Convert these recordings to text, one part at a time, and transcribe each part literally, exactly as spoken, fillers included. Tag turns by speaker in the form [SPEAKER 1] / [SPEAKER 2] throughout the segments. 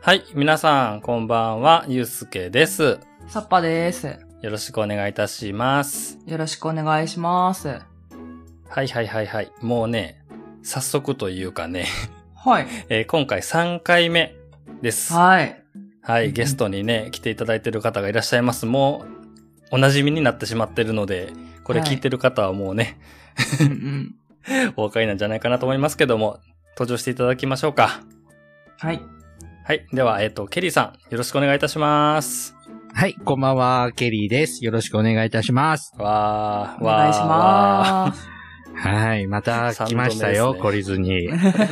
[SPEAKER 1] はい、皆さん、こんばんは、ゆうすけです。
[SPEAKER 2] さっぱです。
[SPEAKER 1] よろしくお願いいたします。
[SPEAKER 2] よろしくお願いします。
[SPEAKER 1] はいはいはいはい。もうね、早速というかね、
[SPEAKER 2] はい。
[SPEAKER 1] えー今回さんかいめです。
[SPEAKER 2] はい。
[SPEAKER 1] はい、ゲストにね、来ていただいている方がいらっしゃいます。もう、お馴染みになってしまってるので、これ聞いてる方はもうね、
[SPEAKER 2] うんうん、
[SPEAKER 1] お分かりなんじゃないかなと思いますけども、登場していただきましょうか。
[SPEAKER 2] はい。
[SPEAKER 1] はい。では、えっと、ケリーさん、よろしくお願いいたします。
[SPEAKER 3] はい、こんばんは、ケリーです。よろしくお願いいたします。
[SPEAKER 1] わー、
[SPEAKER 2] お願いします。
[SPEAKER 3] はい、また来ましたよ、
[SPEAKER 1] ね、
[SPEAKER 3] 懲りずに。
[SPEAKER 1] い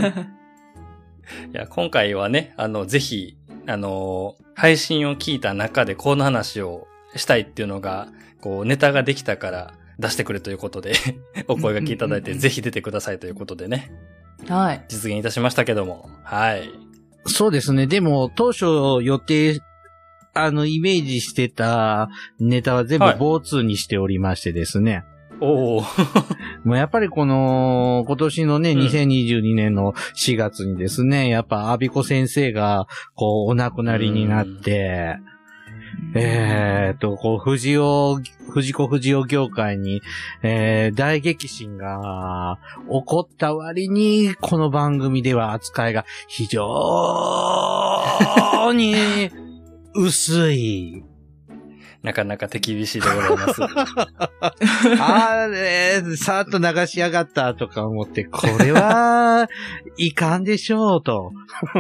[SPEAKER 1] や、今回はね、あの、ぜひ、あの、配信を聞いた中でこの話をしたいっていうのが、こう、ネタができたから出してくれということで、お声掛けいただいて、ぜひ出てくださいということでね。
[SPEAKER 2] はい。
[SPEAKER 1] 実現いたしましたけども、はい。
[SPEAKER 3] そうですね、でも、当初予定、あの、イメージしてたネタは全部ボーツーにしておりましてですね。
[SPEAKER 1] はい、おお。
[SPEAKER 3] もうやっぱりこの、今年のね、にせんにじゅうにねんのしがつにですね、やっぱ、アビコ先生が、こう、お亡くなりになって、えーと、こう、藤尾、藤子不二雄業界に、えー、大激震が起こった割に、この番組では扱いが非常に薄い。
[SPEAKER 1] なかなか手厳しいでございます。
[SPEAKER 3] あれ、さーっと流しやがったとか思って、これは、いかんでしょうと。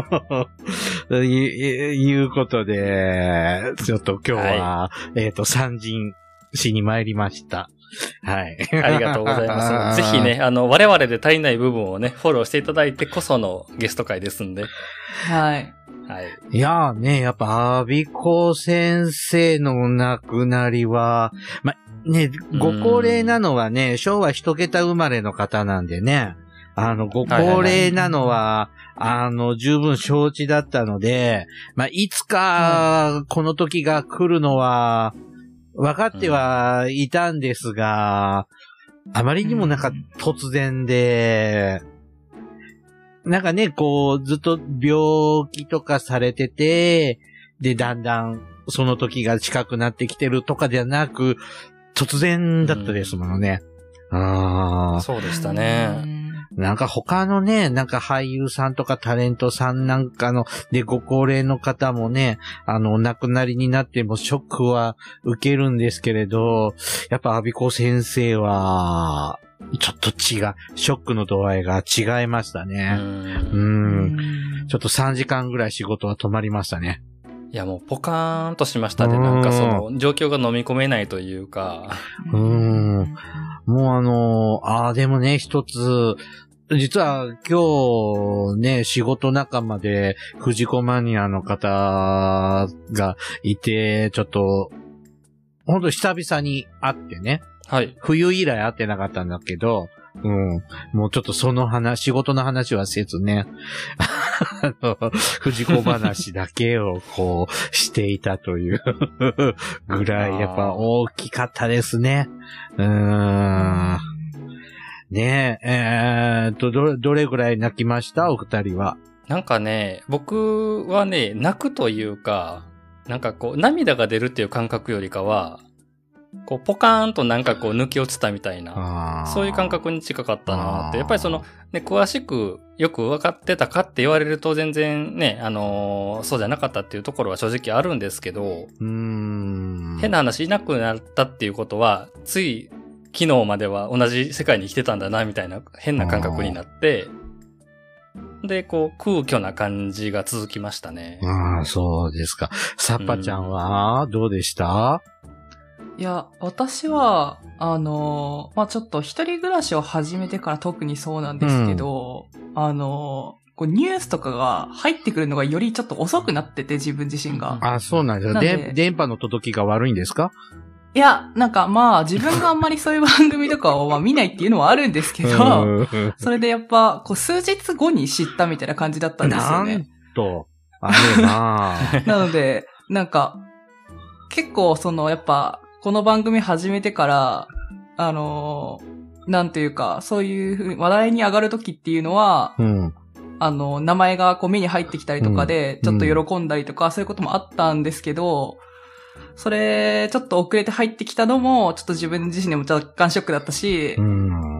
[SPEAKER 3] いうことで、ちょっと今日は、はい、えっと、参陣しに参りました。はい。
[SPEAKER 1] ありがとうございます。ぜひね、あの、我々で足りない部分をね、フォローしていただいてこそのゲスト会ですんで。
[SPEAKER 2] はい。
[SPEAKER 1] はい。
[SPEAKER 3] いやーね、やっぱ、アビコ先生の亡くなりは、ま、ね、ご高齢なのはね、昭和一桁生まれの方なんでね、あの、ご高齢なのは、あの、十分承知だったので、ま、いつか、この時が来るのは、分かってはいたんですが、あまりにもなんか突然で、なんかね、こう、ずっと病気とかされてて、で、だんだんその時が近くなってきてるとかではなく、突然だったですものね。うん、あ
[SPEAKER 1] そうでしたね。
[SPEAKER 3] なんか他のね、なんか俳優さんとかタレントさんなんかの、で、ご高齢の方もね、あの、お亡くなりになってもショックは受けるんですけれど、やっぱアビコ先生は、ちょっと違う、ショックの度合いが違いましたね。うん。ちょっとさんじかんぐらい仕事は止まりましたね。
[SPEAKER 1] いやもうポカーンとしましたね。なんかその状況が飲み込めないというか。
[SPEAKER 3] うーん。もうあの、ああ、でもね、一つ、実は今日ね、仕事仲間で藤子マニアの方がいて、ちょっと、ほんと久々に会ってね。
[SPEAKER 1] はい。
[SPEAKER 3] 冬以来会ってなかったんだけど、うん。もうちょっとその話、仕事の話はせずね、あの、藤子話だけをこう、していたというぐらい、やっぱ大きかったですね。うーん。ねえ、えーっと、ど、どれぐらい泣きましたお二人は。
[SPEAKER 1] なんかね、僕はね、泣くというか、なんかこう、涙が出るっていう感覚よりかは、こう、ポカーンとなんかこう抜け落ちたみたいな、そういう感覚に近かったなって。やっぱりその、ね、詳しくよく分かってたかって言われると全然ね、あのー、そうじゃなかったっていうところは正直あるんですけど、
[SPEAKER 3] うーん
[SPEAKER 1] 変な話いなくなったっていうことは、つい昨日までは同じ世界に生きてたんだなみたいな変な感覚になって、で、こう空虚な感じが続きましたね。
[SPEAKER 3] ああ、そうですか。サッパちゃんはどうでした？
[SPEAKER 2] いや、私は、あの、まあ、ちょっと一人暮らしを始めてから特にそうなんですけど、うん、あの、こうニュースとかが入ってくるのがよりちょっと遅くなってて、自分自身が。
[SPEAKER 3] あ、そうなんですか。で、電波の届きが悪いんですか？
[SPEAKER 2] いや、なんかまあ、自分があんまりそういう番組とかをまあ見ないっていうのはあるんですけど、それでやっぱ、こう数日後に知ったみたいな感じだったんですよね。
[SPEAKER 3] なんと、あれな
[SPEAKER 2] なので、なんか、結構その、やっぱ、この番組始めてから、あのー、なんというか、そういう話題に上がるときっていうのは、
[SPEAKER 3] うん、
[SPEAKER 2] あの、名前がこう目に入ってきたりとかで、ちょっと喜んだりとか、うん、そういうこともあったんですけど、それ、ちょっと遅れて入ってきたのも、ちょっと自分自身でも若干ショックだったし、うん、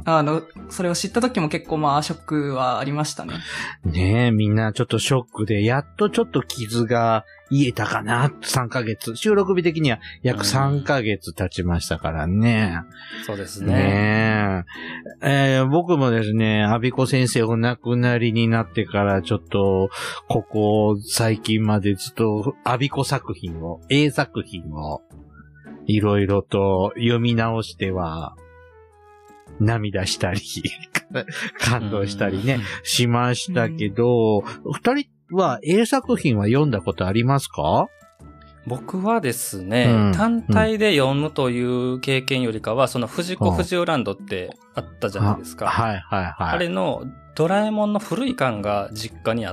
[SPEAKER 2] あの、それを知った時も結構まあ、ショックはありましたね。
[SPEAKER 3] ねえ、みんなちょっとショックで、やっとちょっと傷が癒えたかな、さんかげつ。収録日的には約さんかげつ経ちましたからね。
[SPEAKER 1] うん、そうですね。
[SPEAKER 3] ねええー、僕もですね、アビコ先生お亡くなりになってからちょっと、ここ最近までずっとアビコ作品を、A 作品を、いろいろと読み直しては、涙したり、感動したりね、しましたけど、二人は A 作品は読んだことありますか？
[SPEAKER 1] 僕はですね、うん、単体で読むという経験よりかは、その藤子不二雄ランドってあったじゃないですか。
[SPEAKER 3] はいはいはい。
[SPEAKER 1] あれのドラえもんの古い巻が実家にあって、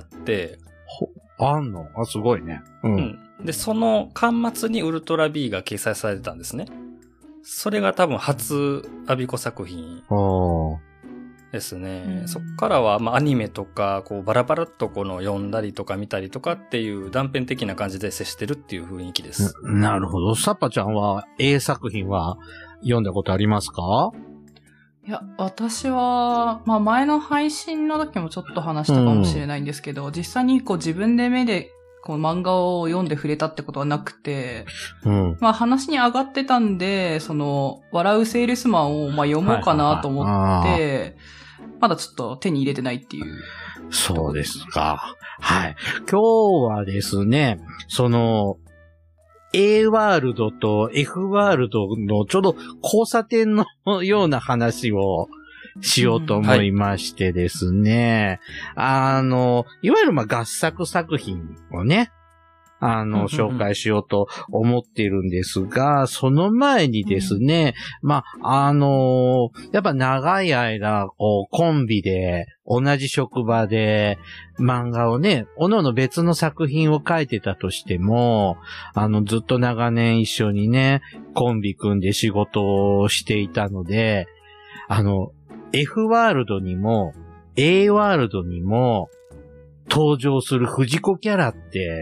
[SPEAKER 3] あんの？あ、すごいね。うん。うん、
[SPEAKER 1] で、その巻末にウルトラ B が掲載されてたんですね。それが多分初アビコ作品ですね。そっからは、まあ、アニメとか、こう、バラバラっとこの読んだりとか見たりとかっていう断片的な感じで接してるっていう雰囲気です。
[SPEAKER 3] な, なるほど。サッパちゃんは A 作品は読んだことありますか？
[SPEAKER 2] いや、私は、まあ前の配信の時もちょっと話したかもしれないんですけど、うん、実際にこう自分で目でこう漫画を読んで触れたってことはなくて、うん、まあ話に上がってたんで、その、笑うセールスマンをまあ読もうかなと思って、はいはいはい、まだちょっと手に入れてないっていう。
[SPEAKER 3] そうですか。はい。今日はですね、その、A ワールドと F ワールドのちょうど交差点のような話をしようと思いましてですね。うんはい、あの、いわゆるまあ合作作品をね、あの、紹介しようと思っているんですが、その前にですね、まあ、あの、やっぱ長い間、こう、コンビで、同じ職場で、漫画をね、おのおの別の作品を書いてたとしても、あの、ずっと長年一緒にね、コンビ組んで仕事をしていたので、あの、F ワールドにも、A ワールドにも、登場する藤子キャラって、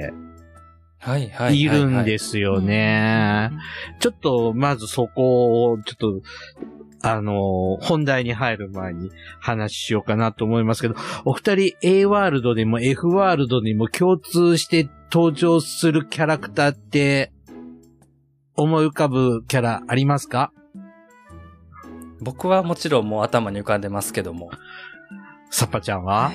[SPEAKER 1] はいはい。
[SPEAKER 3] いるんですよね。ちょっと、まずそこを、ちょっと、あの、本題に入る前に話しようかなと思いますけど、お二人 A ワールドでも F ワールドにも共通して登場するキャラクターって、思い浮かぶキャラありますか？
[SPEAKER 1] 僕はもちろんもう頭に浮かんでますけども。
[SPEAKER 3] サッパちゃんは？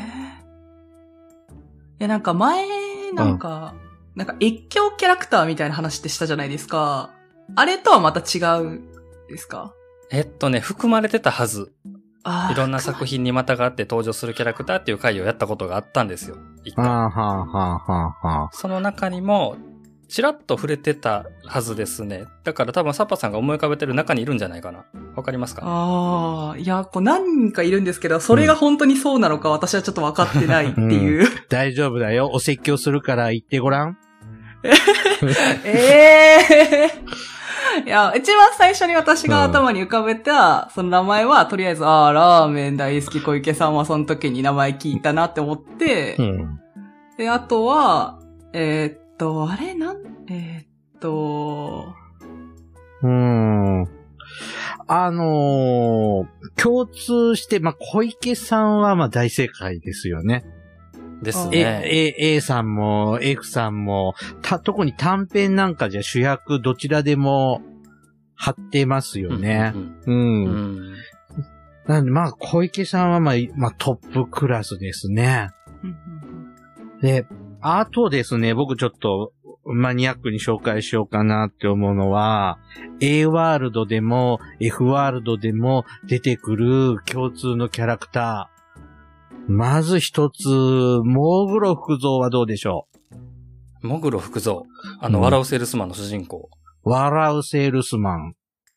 [SPEAKER 2] いや、なんか前、なんか、うんなんか越境キャラクターみたいな話ってしたじゃないですか。あれとはまた違うですか？
[SPEAKER 1] えっとね、含まれてたはず。いろんな作品にまたがって登場するキャラクターっていう回をやったことがあったんですよ。一回。はあはあはあはあ、その中にも、ちらっと触れてたはずですね。だから多分サッパさんが思い浮かべてる中にいるんじゃないかな。わかりますか？
[SPEAKER 2] ああ、いや、こう何人かいるんですけど、それが本当にそうなのか私はちょっと分かってないっていう。うん、
[SPEAKER 3] 大丈夫だよ。お説教するから言ってごらん。
[SPEAKER 2] ええー。いや、一番最初に私が頭に浮かべた、うん、その名前は、とりあえず、ああ、ラーメン大好き小池さんはその時に名前聞いたなって思って、うん、で、あとは、えー、っと、あれなん、えー、っと、
[SPEAKER 3] うーん。あのー、共通して、まあ、小池さんは、まあ、大正解ですよね。
[SPEAKER 1] ですね。
[SPEAKER 3] A, A, A さんも F さんも、た、特に短編なんかじゃ主役どちらでも張ってますよね。うん、うんうん。うん。なんで、まあ、小池さんは、まあ、まあ、トップクラスですね。で、あとですね、僕ちょっとマニアックに紹介しようかなって思うのは、A ワールドでも F ワールドでも出てくる共通のキャラクター。まず一つ、モグロ福蔵はどうでしょ
[SPEAKER 1] う？モグロ福蔵。あの、うん、笑うセールスマンの主人公。
[SPEAKER 3] 笑うセールスマン。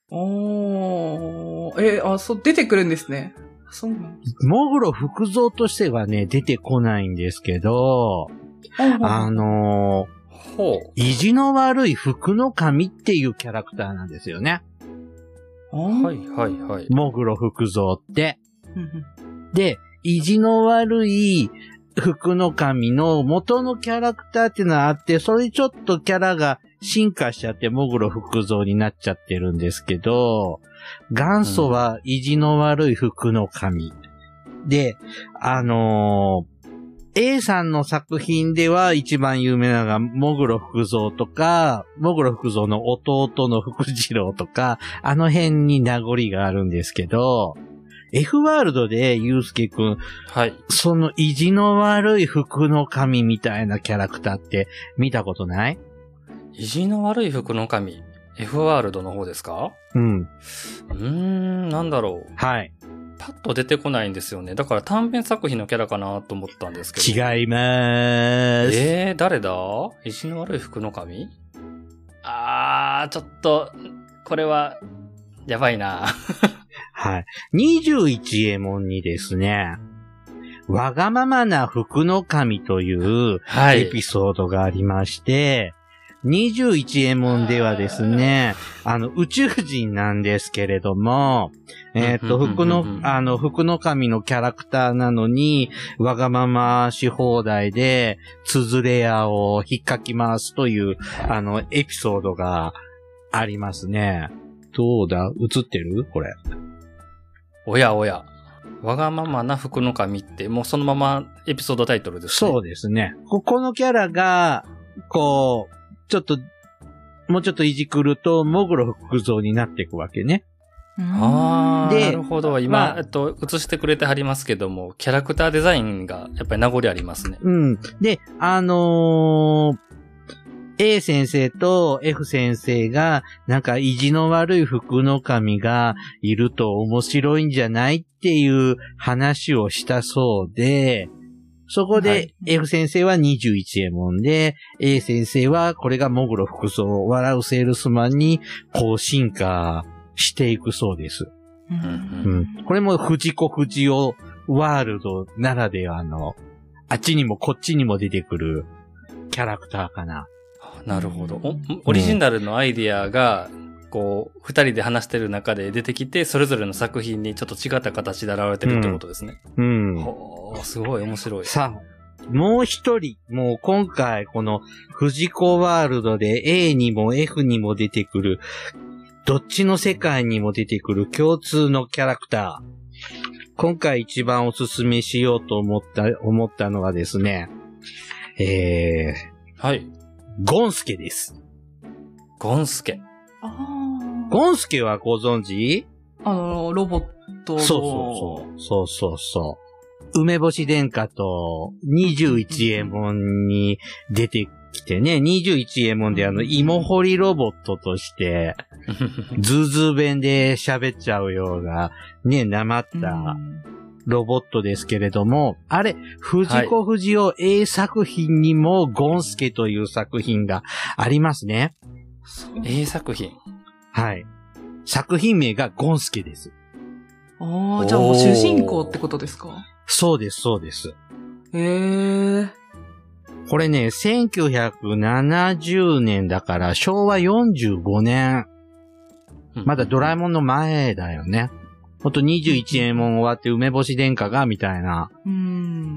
[SPEAKER 2] おー。え、あ、そう、出てくるんですね。そうなの？
[SPEAKER 3] モグロ福蔵としてはね、出てこないんですけど、あのー、ほう。意地の悪い福の神っていうキャラクターなんですよね。
[SPEAKER 1] はいはいはい。
[SPEAKER 3] モグロ福蔵って。で、意地の悪い、 福の神の元のキャラクターっていうのはあって、それちょっとキャラが進化しちゃって、もぐろ福蔵になっちゃってるんですけど、元祖は意地の悪い福の神。うん、で、あのー、A さんの作品では一番有名なのが、もぐろ福蔵とか、もぐろ福蔵の弟の福次郎とか、あの辺に名残があるんですけど、F ワールドでゆうすけくん、
[SPEAKER 1] はい。
[SPEAKER 3] その意地の悪い福の神みたいなキャラクターって見たことない？
[SPEAKER 1] 意地の悪い福の神。F ワールドの方ですか？
[SPEAKER 3] うん。
[SPEAKER 1] うーん、なんだろう。
[SPEAKER 3] はい。
[SPEAKER 1] パッと出てこないんですよね。だから短編作品のキャラかなと思ったんですけど。
[SPEAKER 3] 違いまーす。
[SPEAKER 1] えー、誰だ？意地の悪い福の神？あー、ちょっと、これは、やばいな。
[SPEAKER 3] はい。にじゅういちエモンにですね、わがままな福の神というエピソードがありまして、はいにじゅういちエモンではですね、あの、宇宙人なんですけれども、えっと、福の、あの、福の神のキャラクターなのに、わがままし放題で、つづれ屋を引っかき回すという、あの、エピソードがありますね。どうだ？映ってる？これ。
[SPEAKER 1] おやおや。わがままな福の神って、もうそのままエピソードタイトルですね。
[SPEAKER 3] そうですね。ここのキャラが、こう、ちょっと、もうちょっといじくると、もぐろ福蔵になっていくわけね。
[SPEAKER 1] ああ、なるほど。今、まあ、えっと、映してくれてはりますけども、キャラクターデザインがやっぱり名残ありますね。
[SPEAKER 3] うん。で、あのー、A 先生と F 先生が、なんか意地の悪い福の神がいると面白いんじゃないっていう話をしたそうで、そこで F 先生はにじゅういちエモンで、はい、A 先生はこれがもぐろ福蔵、笑うセールスマンにこう進化していくそうです。うんうん、これも藤子不二雄ワールドならではの、あっちにもこっちにも出てくるキャラクターかな。
[SPEAKER 1] なるほど。おオリジナルのアイディアが、こう、二人で話してる中で出てきて、それぞれの作品にちょっと違った形で現れてるってことですね。うん。うん、すごい面白い。
[SPEAKER 3] さあ、もう一人、もう今回この藤子ワールドで A にも F にも出てくる、どっちの世界にも出てくる共通のキャラクター。今回一番おすすめしようと思った、思ったのはですね、え
[SPEAKER 1] ー、はい。
[SPEAKER 3] ゴンスケです。
[SPEAKER 1] ゴンスケ。
[SPEAKER 3] あゴンスケはご存知？
[SPEAKER 2] あの、ロボットの。
[SPEAKER 3] そうそうそう。そうそうそう。梅干し殿下とにじゅういちエモンに出てきてね、にじゅういちエモンであの、芋掘りロボットとして、ズーズー弁で喋っちゃうような、ね、なまったロボットですけれども、あれ、藤子不二雄 A 作品にもゴンスケという作品がありますね。
[SPEAKER 1] A 作品。
[SPEAKER 3] はい。作品名がゴンスケです。
[SPEAKER 2] ああ、じゃあもう主人公ってことですか？
[SPEAKER 3] そうです、そうです。
[SPEAKER 2] へー。
[SPEAKER 3] これね、せんきゅうひゃくななじゅうねんだからしょうわよんじゅうごねん。まだドラえもんの前だよね。ほんとにじゅういちエモン終わって梅干し殿下がみたいな。
[SPEAKER 2] うん。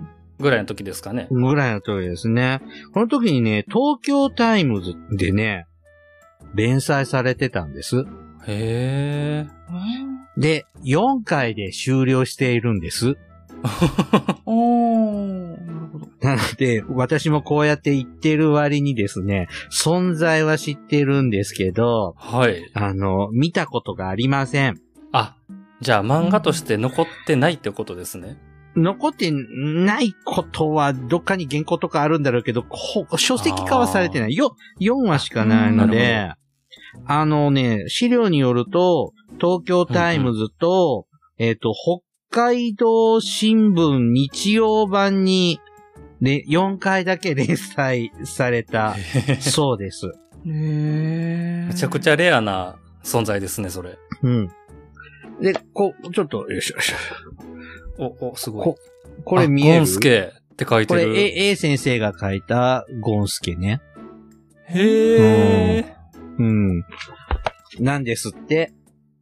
[SPEAKER 1] ぐらいの時ですかね。
[SPEAKER 3] ぐらいの時ですね。この時にね、東京タイムズでね、連載されてたんです。
[SPEAKER 1] へー。
[SPEAKER 3] で、よんかいで終了しているんです。
[SPEAKER 2] おー、なるほど。
[SPEAKER 3] なので、私もこうやって言ってる割にですね、存在は知ってるんですけど、
[SPEAKER 1] はい。
[SPEAKER 3] あの、見たことがありません。
[SPEAKER 1] あ、じゃあ漫画として残ってないってことですね。
[SPEAKER 3] 残ってないことは、どっかに原稿とかあるんだろうけど、書籍化はされてない。よ、よんわしかないので、あのね、資料によると、東京タイムズと、うんうん、えっと、北海道新聞日曜版に、で、よんかいだけ連載されたそうです。
[SPEAKER 2] へー。
[SPEAKER 1] めちゃくちゃレアな存在ですね、それ。
[SPEAKER 3] うん。で、こ、ちょっと、よいしょよいし
[SPEAKER 1] ょ。お、お、すごい。
[SPEAKER 3] こ、これ見える？
[SPEAKER 1] ゴンスケって書いてる。
[SPEAKER 3] これ A, A 先生が書いたゴンスケね。
[SPEAKER 1] へー。
[SPEAKER 3] うん。うん。なんですって。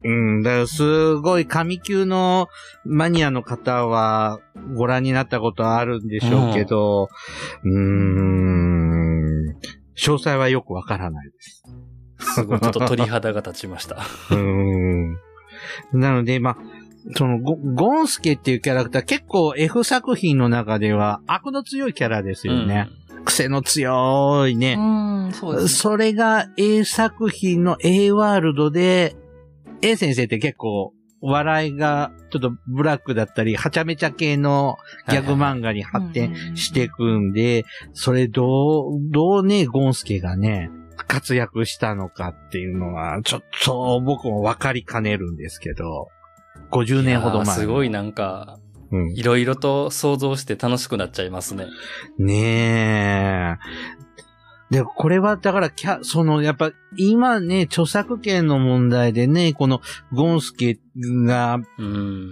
[SPEAKER 3] うん、だからすごい神級のマニアの方はご覧になったことはあるんでしょうけど、うーん、詳細はよくわからないです。
[SPEAKER 1] すごい、ちょっと鳥肌が立ちました。
[SPEAKER 3] うーん。なので、まあ、そのゴ、ゴンスケっていうキャラクター結構 F 作品の中では悪の強いキャラですよね。うん、癖の強いね。
[SPEAKER 2] うん、そうですね。
[SPEAKER 3] それが A 作品の A ワールドで、A 先生って結構笑いがちょっとブラックだったり、はちゃめちゃ系のギャグ漫画に発展していくんで、それどう、どうね、ゴンスケがね、活躍したのかっていうのは、ちょっと僕も分かりかねるんですけど、ごじゅうねんほど前。
[SPEAKER 1] すごいなんか、いろいろと想像して楽しくなっちゃいますね。
[SPEAKER 3] ねえ。で、これは、だから、キャ、その、やっぱ、今ね、著作権の問題でね、この、ゴンスケが、うん、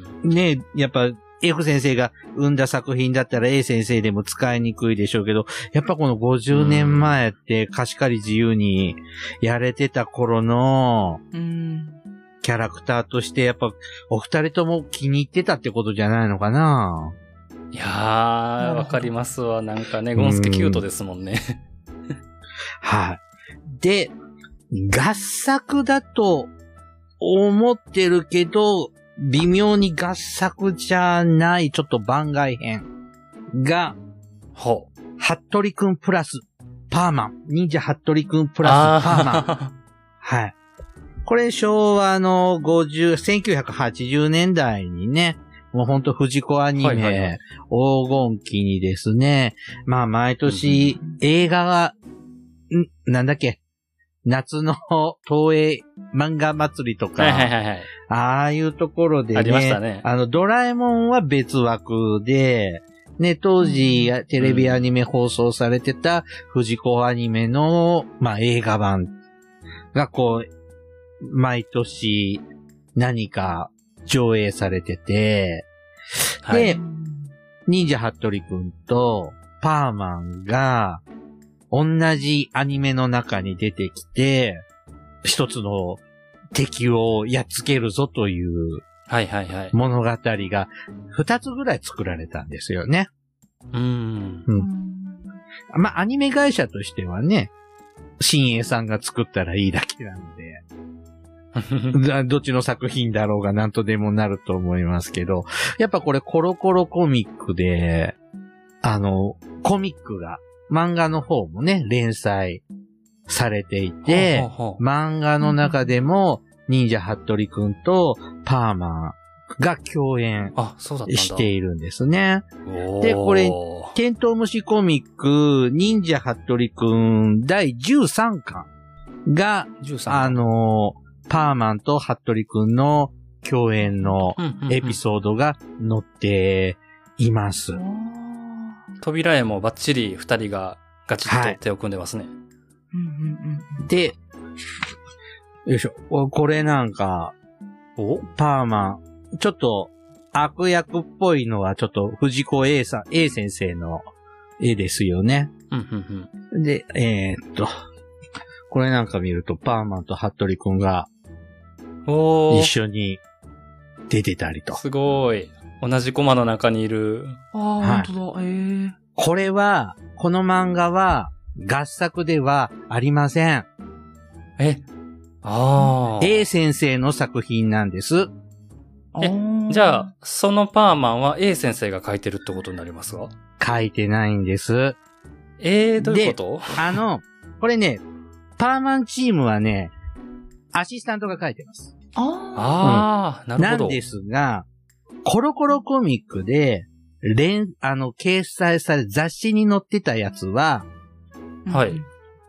[SPEAKER 3] ね、やっぱ、F 先生が生んだ作品だったら A 先生でも使いにくいでしょうけど、やっぱこのごじゅうねんまえって貸し借り自由にやれてた頃の、キャラクターとして、やっぱ、お二人とも気に入ってたってことじゃないのかな。
[SPEAKER 1] いやー、わかりますわ。なんかね、ゴンスケキュートですもんね。
[SPEAKER 3] はい。で、合作だと思ってるけど、微妙に合作じゃない、ちょっと番外編が、
[SPEAKER 1] ほう。
[SPEAKER 3] ハットリくんプラスパーマン。忍者ハットリくんプラスパーマン。はい。これ昭和のごじゅう、せんきゅうひゃくはちじゅうねんだいにね、もうほんと藤子アニメ、はいはいはい、黄金期にですね、まあ毎年映画が、んなんだっけ夏の東映漫画祭りとか、
[SPEAKER 1] はいはいはいはい、
[SPEAKER 3] ああいうところでね、
[SPEAKER 1] ありましたね。
[SPEAKER 3] あの、ドラえもんは別枠で、ね、当時、テレビアニメ放送されてた藤子アニメの、まあ、映画版がこう、毎年何か上映されてて、はい、で、忍者ハットリくんとパーマンが同じアニメの中に出てきて、一つの敵をやっつけるぞという
[SPEAKER 1] はいはいはい。
[SPEAKER 3] 物語が二つぐらい作られたんですよね。
[SPEAKER 1] うーん。
[SPEAKER 3] うん。まあ、アニメ会社としてはね、新栄さんが作ったらいいだけなんで、どっちの作品だろうが何とでもなると思いますけど、やっぱこれコロコロコミックで、あの、コミックが、漫画の方もね、連載されていて、ほうほうほう、漫画の中でも、忍者ハットリくんとパーマンが共演しているんですね。で、これ、テントウムシコミック、忍者ハットリくんだいじゅうさんかんが、あの、パーマンとハットリくんの共演のエピソードが載っています。
[SPEAKER 1] 扉絵もバッチリ二人がガチッと手を組んでますね。
[SPEAKER 3] はい、で、よいしょ。これなんか、
[SPEAKER 1] お
[SPEAKER 3] パーマン、ちょっと悪役っぽいのはちょっと藤子 A さん、A 先生の絵ですよね。
[SPEAKER 1] うんうん、
[SPEAKER 3] で、えー、っと、これなんか見るとパーマンとハットリくんが一緒に出てたりと。
[SPEAKER 1] すごい。同じコマの中にいる。
[SPEAKER 2] ああ、はい、本当だ。えー、
[SPEAKER 3] これは、この漫画は合作ではありません。
[SPEAKER 1] えああ。
[SPEAKER 3] A 先生の作品なんです。
[SPEAKER 1] え、じゃあ、そのパーマンは A 先生が書いてるってことになりますか？
[SPEAKER 3] 書いてないんです。
[SPEAKER 1] えー、どういうこと？
[SPEAKER 3] あの、これね、パーマンチームはね、アシスタントが書いてます。
[SPEAKER 1] ああ、うん、なるほど。
[SPEAKER 3] なんですが、コロコロコミックで、連、あの、掲載され、雑誌に載ってたやつは、
[SPEAKER 1] はい。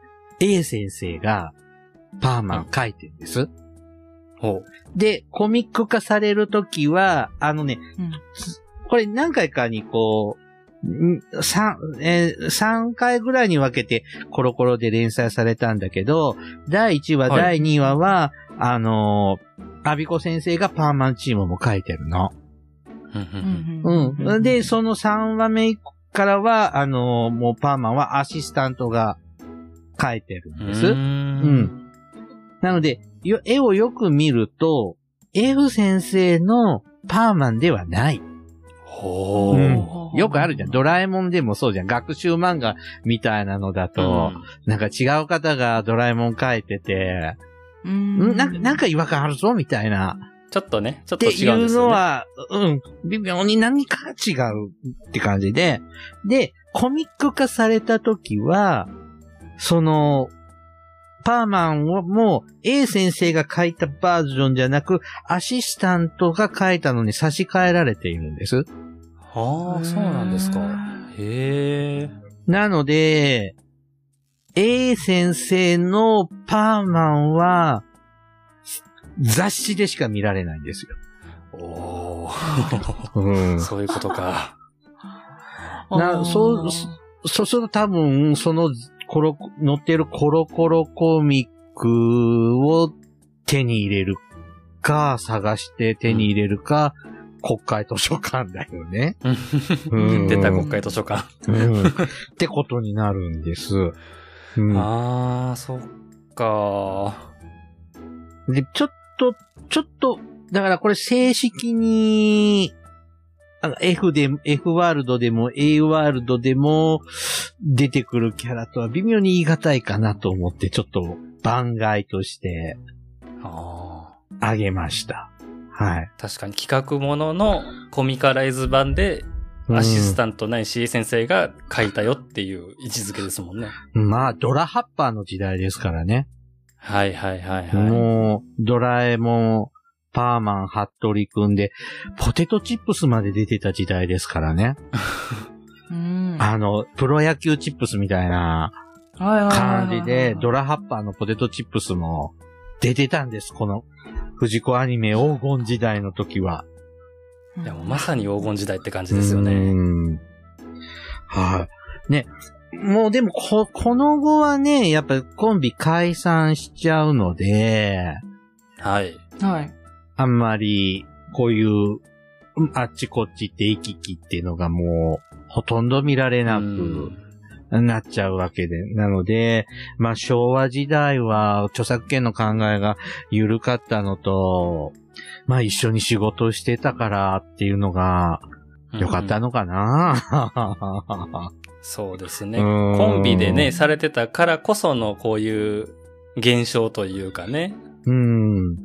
[SPEAKER 3] A 先生が、パーマン書いてるんです。
[SPEAKER 1] ほう。
[SPEAKER 3] で、コミック化されるときは、あのね、うん、これ何回かにこう、三、えー、三回ぐらいに分けてコロコロで連載されたんだけど、だいいちわ、はい、だいにわは、あのー、アビコ先生がパーマンチームも書いてるの。うん。で、そのさんわめからは、あのー、もうパーマンはアシスタントが書いてるんです。うん。なので、絵をよく見ると、 F 先生のパーマンではない。
[SPEAKER 1] ほ
[SPEAKER 3] ー、うん。よくあるじゃん。ドラえもんでもそうじゃん。学習漫画みたいなのだと、うん、なんか違う方がドラえもん描いてて、んなんか、なんか違和感あるぞみたいな。
[SPEAKER 1] ちょっとね、ちょっと違うんですよね。
[SPEAKER 3] っていうのは、うん、微妙に何か違うって感じで、で、コミック化された時は、その、パーマンをもう A 先生が書いたバージョンじゃなく、アシスタントが書いたのに差し替えられているんです。
[SPEAKER 1] はあ、そうなんですか。へえ。
[SPEAKER 3] なので、A 先生のパーマンは、雑誌でしか見られないんですよ。
[SPEAKER 1] お
[SPEAKER 3] ー。うん、
[SPEAKER 1] そういうことか。
[SPEAKER 3] な、そう、そうすると多分、その、コロ、載ってるコロコロコミックを手に入れるか、探して手に入れるか、うん、国会図書館だよね。
[SPEAKER 1] うん、出た国会図書館、
[SPEAKER 3] うん。ってことになるんです。
[SPEAKER 1] うん、あー、そっか。
[SPEAKER 3] で、ちょっと、ちょっと、だからこれ正式に、F で、F ワールドでも A ワールドでも出てくるキャラとは微妙に言い難いかなと思って、ちょっと番外としてあげました。はい。
[SPEAKER 1] 確かに企画もののコミカライズ版でアシスタントないし、先生が書いたよっていう位置づけですもんね。
[SPEAKER 3] まあ、ドラハッパーの時代ですからね。
[SPEAKER 1] はいはいはいはい。
[SPEAKER 3] もう、ドラえもん、パーマン、ハットリくんで、ポテトチップスまで出てた時代ですからね。
[SPEAKER 2] うん、
[SPEAKER 3] あの、プロ野球チップスみたいな感じで、ドラハッパーのポテトチップスも出てたんです、この藤子アニメ黄金時代の時は。
[SPEAKER 1] いや、もうまさに黄金時代って感じですよね。
[SPEAKER 3] うん。はい。ね。もうでもこ、この後はね、やっぱコンビ解散しちゃうので、
[SPEAKER 1] はい。
[SPEAKER 2] はい。
[SPEAKER 3] あんまり、こういう、あっちこっちって行き来っていうのがもう、ほとんど見られなくなっちゃうわけで。なので、まあ昭和時代は著作権の考えが緩かったのと、まあ一緒に仕事してたからっていうのが良かったのかな、
[SPEAKER 1] うん、そうですね。コンビでね、されてたからこそのこういう現象というかね。
[SPEAKER 3] うん。
[SPEAKER 1] うん。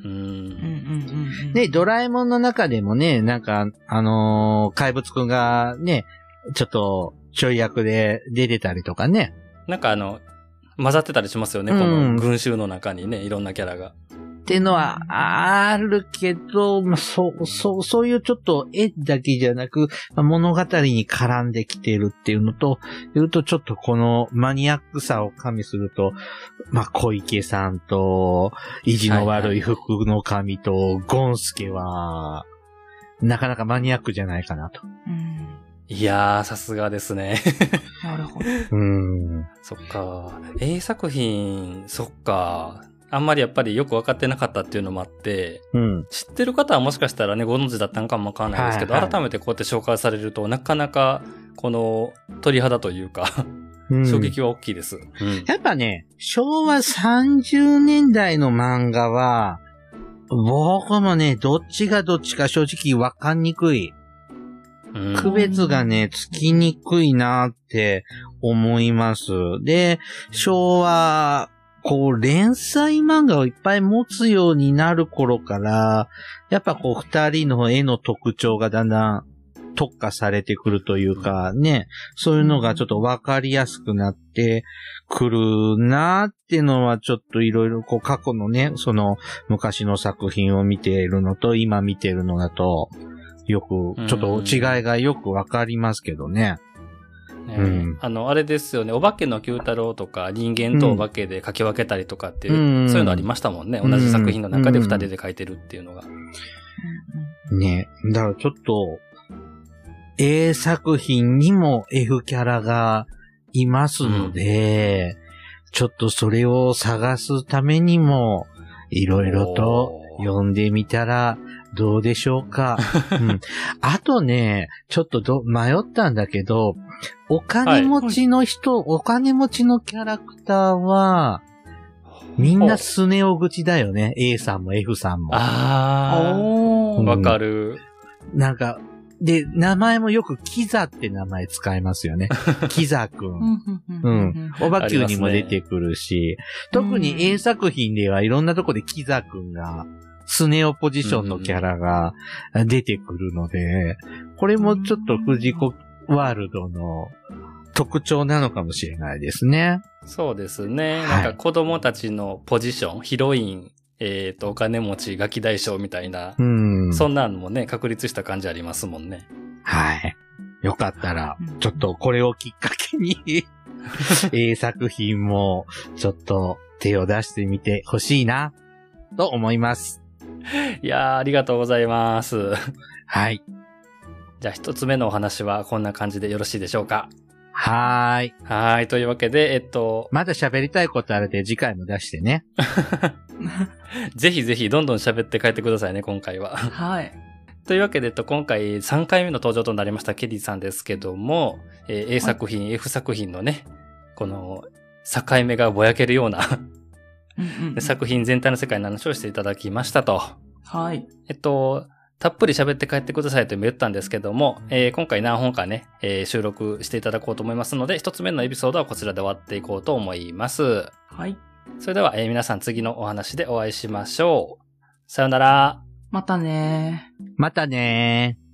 [SPEAKER 3] で、ドラえもんの中でもね、なんか、あのー、怪物くんがね、ちょっと、ちょい役で出てたりとかね。
[SPEAKER 1] なんかあの、混ざってたりしますよね、うん、この群衆の中にね、いろんなキャラが。
[SPEAKER 3] っていうのはあるけど、まあ、そう、そう、そういうちょっと絵だけじゃなく、まあ、物語に絡んできてるっていうのと、言うとちょっとこのマニアックさを加味すると、まあ、小池さんと、意地の悪い服の神と、ゴンスケは、なかなかマニアックじゃないかなと。
[SPEAKER 2] うん、
[SPEAKER 1] いやー、さすがですね。
[SPEAKER 2] なるほど。
[SPEAKER 3] うん。
[SPEAKER 1] そっか。A 作品、そっか。あんまりやっぱりよく分かってなかったっていうのもあって、
[SPEAKER 3] うん、
[SPEAKER 1] 知ってる方はもしかしたらね、ご存知だったのかもわかんないですけど、はいはい、改めてこうやって紹介されると、なかなか、この、鳥肌というか、うん、衝撃は大きいです、うん。
[SPEAKER 3] やっぱね、昭和さんじゅうねんだいの漫画は、僕もね、どっちがどっちか正直わかんにくい。うん、区別がね、つきにくいなって思います。で、昭和、こう、連載漫画をいっぱい持つようになる頃から、やっぱこう、二人の絵の特徴がだんだん特化されてくるというかね、そういうのがちょっとわかりやすくなってくるなーっていうのはちょっといろいろこう、過去のね、その昔の作品を見ているのと今見ているのだと、よく、ちょっと違いがよくわかりますけどね。
[SPEAKER 1] ねうん、あの、あれですよね。お化けの九太郎とか、人間とお化けで書き分けたりとかっていう、うん、そういうのありましたもんね。同じ作品の中で二人で書いてるっていうのが。
[SPEAKER 3] ね。だからちょっと、A 作品にも F キャラがいますので、うん、ちょっとそれを探すためにも、いろいろと読んでみたら、どうでしょうか。うん、あとね、ちょっとど迷ったんだけど、お金持ちの人、はい、お金持ちのキャラクターは、 みんなスネ夫口だよね。A さんも F さんも。
[SPEAKER 1] ああ、わかる。
[SPEAKER 3] なんか、で、名前もよくキザって名前使いますよね。キザくん。うん。オバキューにも出てくるし、ね、特に A 作品ではいろんなとこでキザくんが、スネ夫ポジションのキャラが出てくるので、これもちょっと藤子ワールドの特徴なのかもしれないですね。
[SPEAKER 1] そうですね。なんか子供たちのポジション、はい、ヒロイン、えっと、お金持ち、ガキ大将みたいな、うん、そんなのもね、確立した感じありますもんね。
[SPEAKER 3] はい。よかったら、ちょっとこれをきっかけに、A 作品も、ちょっと手を出してみてほしいな、と思います。
[SPEAKER 1] いやー、ありがとうございます。
[SPEAKER 3] はい。
[SPEAKER 1] じゃあ一つ目のお話はこんな感じでよろしいでしょうか。
[SPEAKER 3] はーい。
[SPEAKER 1] はーい。というわけで、えっと。
[SPEAKER 3] まだ喋りたいことあるで次回も出してね。
[SPEAKER 1] ぜひぜひどんどん喋って帰ってくださいね、今回は。
[SPEAKER 2] はい。
[SPEAKER 1] というわけで、えっと、今回さんかいめの登場となりましたケリーさんですけども、えー、A 作品、はい、F 作品のね、この境目がぼやけるようなうんうん作品全体の世界の話をしていただきましたと。
[SPEAKER 2] はい。
[SPEAKER 1] えっと、たっぷり喋って帰ってくださいとも言ったんですけども、えー、今回何本かね、えー、収録していただこうと思いますので、一つ目のエピソードはこちらで終わっていこうと思います。
[SPEAKER 2] はい。
[SPEAKER 1] それでは、えー、皆さん次のお話でお会いしましょう。さよなら。
[SPEAKER 2] またねー。
[SPEAKER 3] またねー。